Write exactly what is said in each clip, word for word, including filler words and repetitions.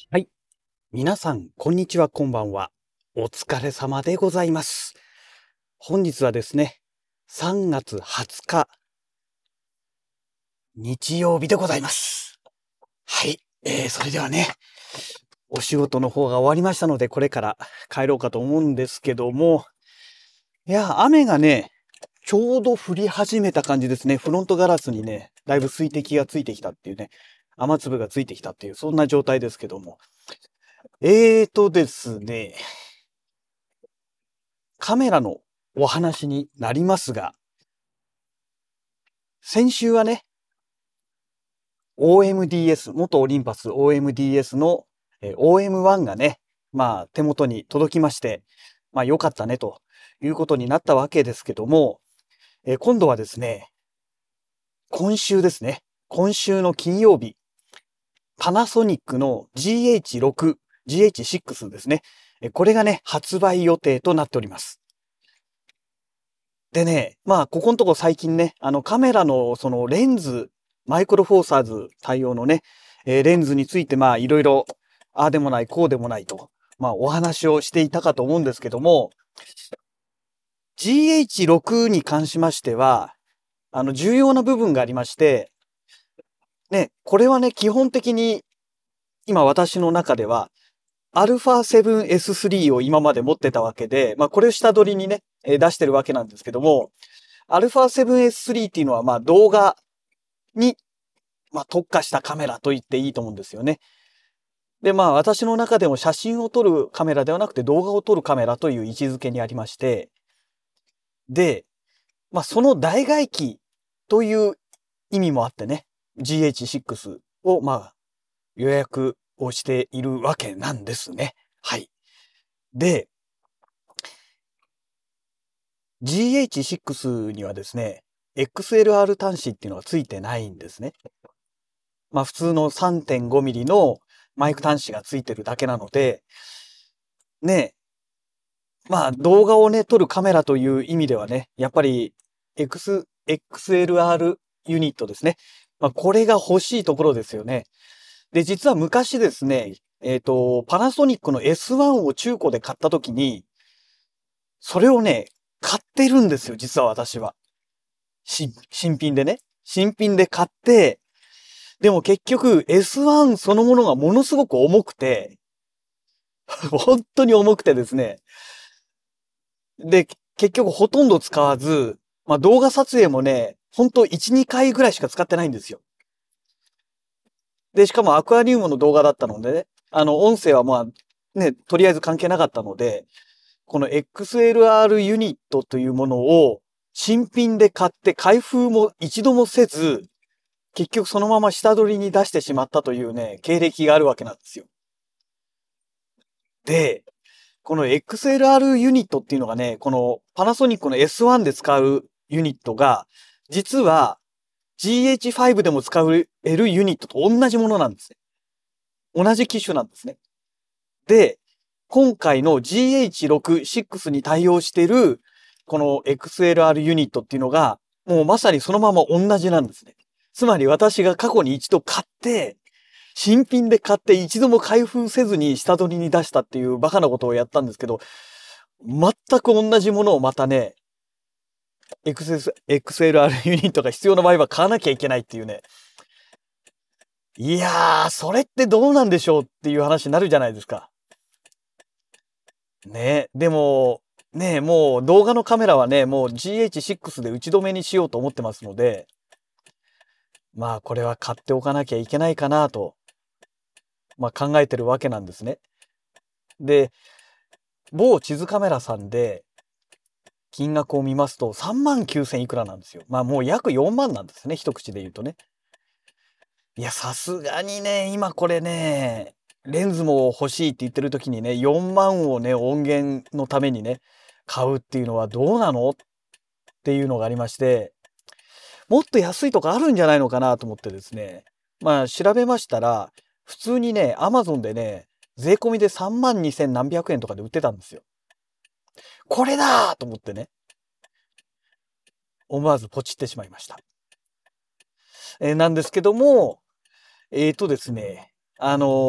はい。皆さん、こんにちは、こんばんは。お疲れ様でございます。本日はですね、さんがつはつか、日曜日でございます。はい。えー、それではね、お仕事の方が終わりましたので、これから帰ろうかと思うんですけども、いや、雨がね、ちょうど降り始めた感じですね。フロントガラスにね、だいぶ水滴がついてきたっていうね、雨粒がついてきたっていう、そんな状態ですけども。えーとですね、カメラのお話になりますが、先週はね、オーエムディーエス、元オリンパス オーエムディーエス の オーエムワン がね、まあ手元に届きまして、まあ良かったねということになったわけですけども、え今度はですね、今週ですね、今週の金曜日、パナソニックの ジーエイチシックス、ジーエイチシックス ですね、これがね、発売予定となっております。でね、まあ、ここのとこ最近ね、あのカメラのそのレンズ、マイクロフォーサーズ対応のね、えーレンズについてまあいろいろ、ああでもない、こうでもないと、まあお話をしていたかと思うんですけども、ジーエイチシックス に関しましては、あの重要な部分がありまして、ね、これはね、基本的に今私の中では、アルファセブンエススリー を今まで持ってたわけで、まあこれを下取りにね、えー出してるわけなんですけども、アルファセブンエススリー っていうのはまあ動画に、まあ、特化したカメラと言っていいと思うんですよね。で、まあ私の中でも写真を撮るカメラではなくて動画を撮るカメラという位置づけにありまして、で、まあその代替機という意味もあってね、ジーエイチシックス をまあ予約をしているわけなんですね。はい。で、ジーエイチシックス にはですね、エックスエルアール 端子っていうのがついてないんですね。まあ普通の さんてんごミリ のマイク端子がついてるだけなので、ね、まあ動画をね、撮るカメラという意味ではね、やっぱり X、エックスエルアール ユニットですね。まあこれが欲しいところですよね。で、実は昔ですね、えっと、パナソニックの エスワン を中古で買った時に、それをね、買ってるんですよ、実は私は。し、新品でね。新品で買って、でも結局 エスワン そのものがものすごく重くて、本当に重くてですね。で、結局ほとんど使わず、まあ動画撮影もね、ほんといち、にかいぐらいしか使ってないんですよ。で、しかもアクアリウムの動画だったのでね、あの音声はまあね、とりあえず関係なかったので、この エックスエルアール ユニットというものを新品で買って開封も一度もせず、結局そのまま下取りに出してしまったというね、経歴があるわけなんですよ。で、この エックスエルアール ユニットっていうのがね、このパナソニックの エスワン で使うユニットが、実は ジーエイチファイブ でも使えるユニットと同じものなんですね。同じ機種なんですね。で、今回の ジーエイチシックス、シックスに対応している、この エックスエルアール ユニットっていうのが、もうまさにそのまま同じなんですね。つまり私が過去に一度買って、新品で買って一度も開封せずに下取りに出したっていうバカなことをやったんですけど、全く同じものをまたね、エクスエクスエルアール ユニットが必要な場合は買わなきゃいけないっていうね。いやー、それってどうなんでしょうっていう話になるじゃないですか。ね。でも、ね、もう動画のカメラはね、もう ジーエイチシックス で打ち止めにしようと思ってますので、まあこれは買っておかなきゃいけないかなと、まあ考えてるわけなんですね。で、某地図カメラさんで金額を見ますとさんまんきゅうせんいくらなんですよ。まあもう約よんまんなんですね。一口で言うとね。いや、さすがにね、今これね、レンズも欲しいって言ってる時にね、よんまんをね、音源のためにね、買うっていうのはどうなのっていうのがありまして、もっと安いとかあるんじゃないのかなと思ってですね。まあ調べましたら、普通にね、アマゾンでね、税込みでさんまんにせん何百円とかで売ってたんですよ。これだーと思ってね、思わずポチってしまいました。えーなんですけども、えーとですね、あの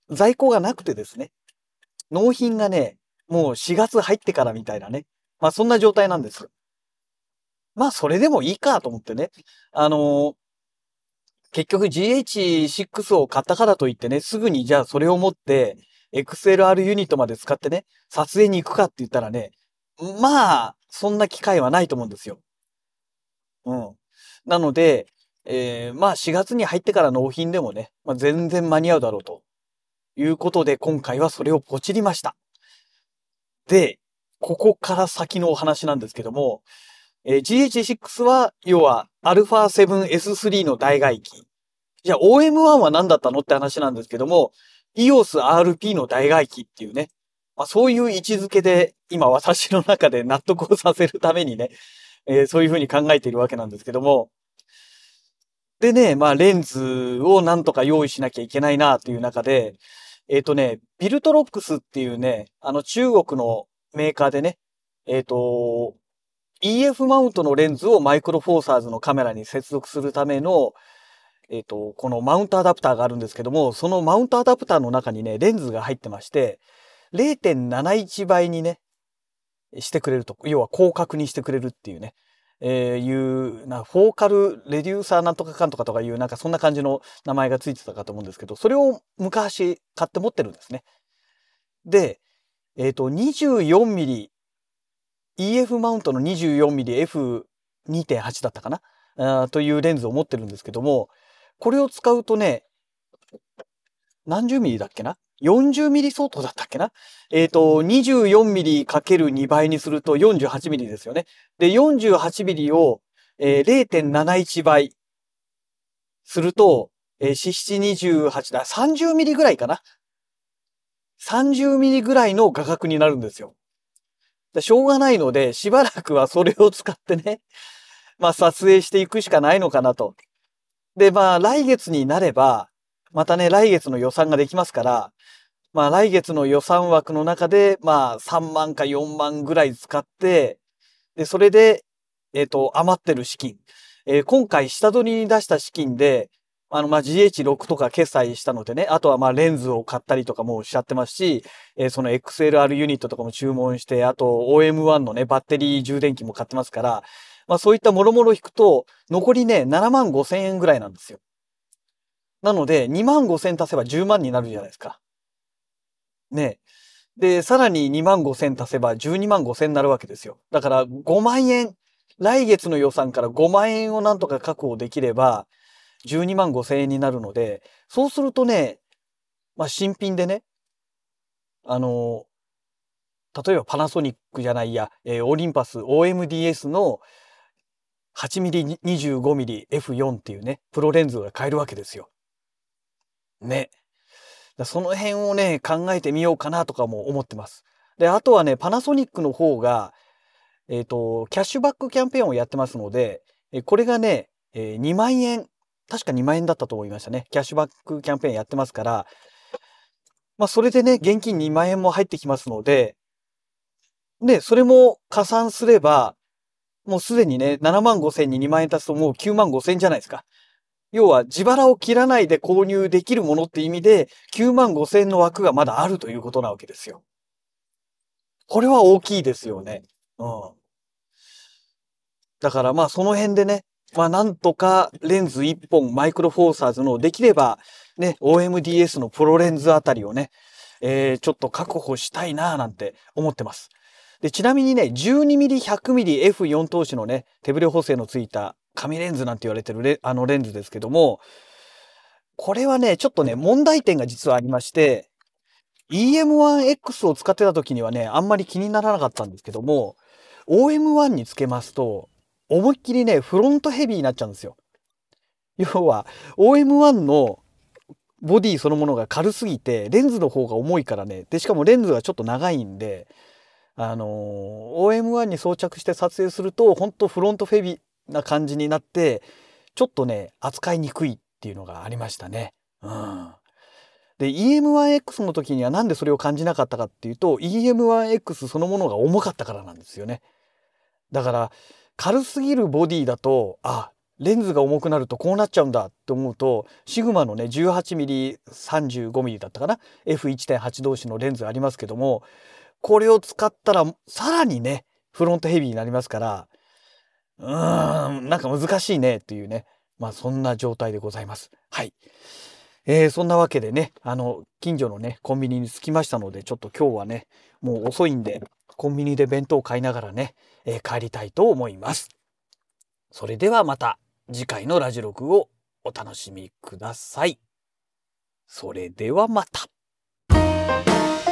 在庫がなくてですね、納品がね、もうしがつ入ってからみたいなね。まあそんな状態なんです。まあそれでもいいかと思ってね。あのー結局 ジーエイチシックス を買ったからといってね、すぐにじゃあそれを持って、エックスエルアール ユニットまで使ってね、撮影に行くかって言ったらね、まあ、そんな機会はないと思うんですよ。うん。なので、えー、まあしがつに入ってから納品でもね、まあ、全然間に合うだろうということで、今回はそれをポチりました。で、ここから先のお話なんですけども、えー、ジーエイチシックス は、要は アルファセブンエススリー の代替機。じゃあ オーエムワン は何だったのって話なんですけども、イーオーエスアールピー の代替機っていうね、まあ、そういう位置づけで今私の中で納得をさせるためにね、えー、そういうふうに考えているわけなんですけども、でね、まあレンズをなんとか用意しなきゃいけないなっていう中で、えっとね、ビルトロックスっていうね、あの中国のメーカーでね、えっと、イーエフ マウントのレンズをマイクロフォーサーズのカメラに接続するための、えっと、このマウントアダプターがあるんですけども、そのマウントアダプターの中にね、レンズが入ってまして、れいてんなないちばいにね、してくれると。要は広角にしてくれるっていうね。えー、いう、な、フォーカルレデューサーなんとかかんとかとかいう、なんかそんな感じの名前がついてたかと思うんですけど、それを昔買って持ってるんですね。で、えっと、にじゅうよんミリ、イーエフ マウントの にじゅうよんミリエフにてんはち だったかなあというレンズを持ってるんですけども、これを使うとね、何十ミリだっけな ?よんじゅう ミリ相当だったっけなえっと、にじゅうよんミリかけるにばいにするとよんじゅうはちミリですよね。で、よんじゅうはちミリを、えー、れいてんなないちばいすると、えー、しち、ななにじゅうはちだ、さんじゅうミリぐらいかな ?さんじゅう ミリぐらいの画角になるんですよ。しょうがないので、しばらくはそれを使ってね、まあ撮影していくしかないのかなと。で、まあ来月になれば、またね、来月の予算ができますから、まあ来月の予算枠の中で、まあさんまんかよんまんぐらい使って、で、それで、えっと、余ってる資金。えー今回下取りに出した資金で、あの、まあ ジーエイチシックス とか決済したのでね、あとはまあレンズを買ったりとかもしちゃってますし、えーその エックスエルアール ユニットとかも注文して、あと オーエムワン のね、バッテリー充電器も買ってますから、まあそういったもろもろ引くと、残りね、ななまんごせんえんぐらいなんですよ。なので、にまんごせん足せばじゅうまんになるじゃないですか。ね。で、さらににまんごせん足せばじゅうにまんごせんになるわけですよ。だからごまんえん、来月の予算からごまん円をなんとか確保できればじゅうにまんごせん円になるので、そうするとね、まあ新品でね、あの、例えばパナソニックじゃないや、えーオリンパス オーエムディーエス のはちミリ にじゅうごミリエフよん っていうね、プロレンズが買えるわけですよ。ね。だその辺をね、考えてみようかなとかも思ってます。で、あとはね、パナソニックの方が、えっと、キャッシュバックキャンペーンをやってますので、えこれがね、えーにまん円、確かにまん円だったと思いましたね。キャッシュバックキャンペーンやってますから、まあ、それでね、現金にまん円も入ってきますので、ね、それも加算すれば、もうすでにね、ななまんごせんににまん円足すともうきゅうまんごせんじゃないですか。要は自腹を切らないで購入できるものって意味で、きゅうまんごせんの枠がまだあるということなわけですよ。これは大きいですよね。うん。だからまあその辺でね、まあなんとかレンズいっぽんマイクロフォーサーズのできればね、オーエムディーエス のプロレンズあたりをね、えー、ちょっと確保したいなぁなんて思ってます。で、ちなみにね、じゅうにミリ、ひゃくミリ、エフよん 投資のね、手ブレ補正のついた紙レンズなんて言われてるレあのレンズですけども、これはね、ちょっとね、問題点が実はありまして、イーエムワンエックス を使ってた時にはね、あんまり気にならなかったんですけども、オーエムワン につけますと、思いっきりね、フロントヘビーになっちゃうんですよ。要は、オーエムワン のボディそのものが軽すぎて、レンズの方が重いからね、で、しかもレンズがちょっと長いんで、あのー、オーエムワン に装着して撮影すると、ほんとフロントヘビーな感じになって、ちょっとね、扱いにくいっていうのがありましたね。うん。で、イーエムワンエックス の時にはなんでそれを感じなかったかっていうと、イーエムワンエックス そのものが重かったからなんですよね。だから、軽すぎるボディだと、あ、 レンズが重くなるとこうなっちゃうんだって思うと、シグマのね、じゅうはちミリ、さんじゅうごミリだったかな エフいってんはち 同士のレンズありますけども、これを使ったらさらにね、フロントヘビーになりますから、うーん、なんか難しいねっていうね、まあそんな状態でございます。はい。えー、そんなわけでね、あの、近所のね、コンビニに着きましたので、ちょっと今日はね、もう遅いんで、コンビニで弁当を買いながらね、えー帰りたいと思います。それではまた次回のラジログをお楽しみください。それではまた。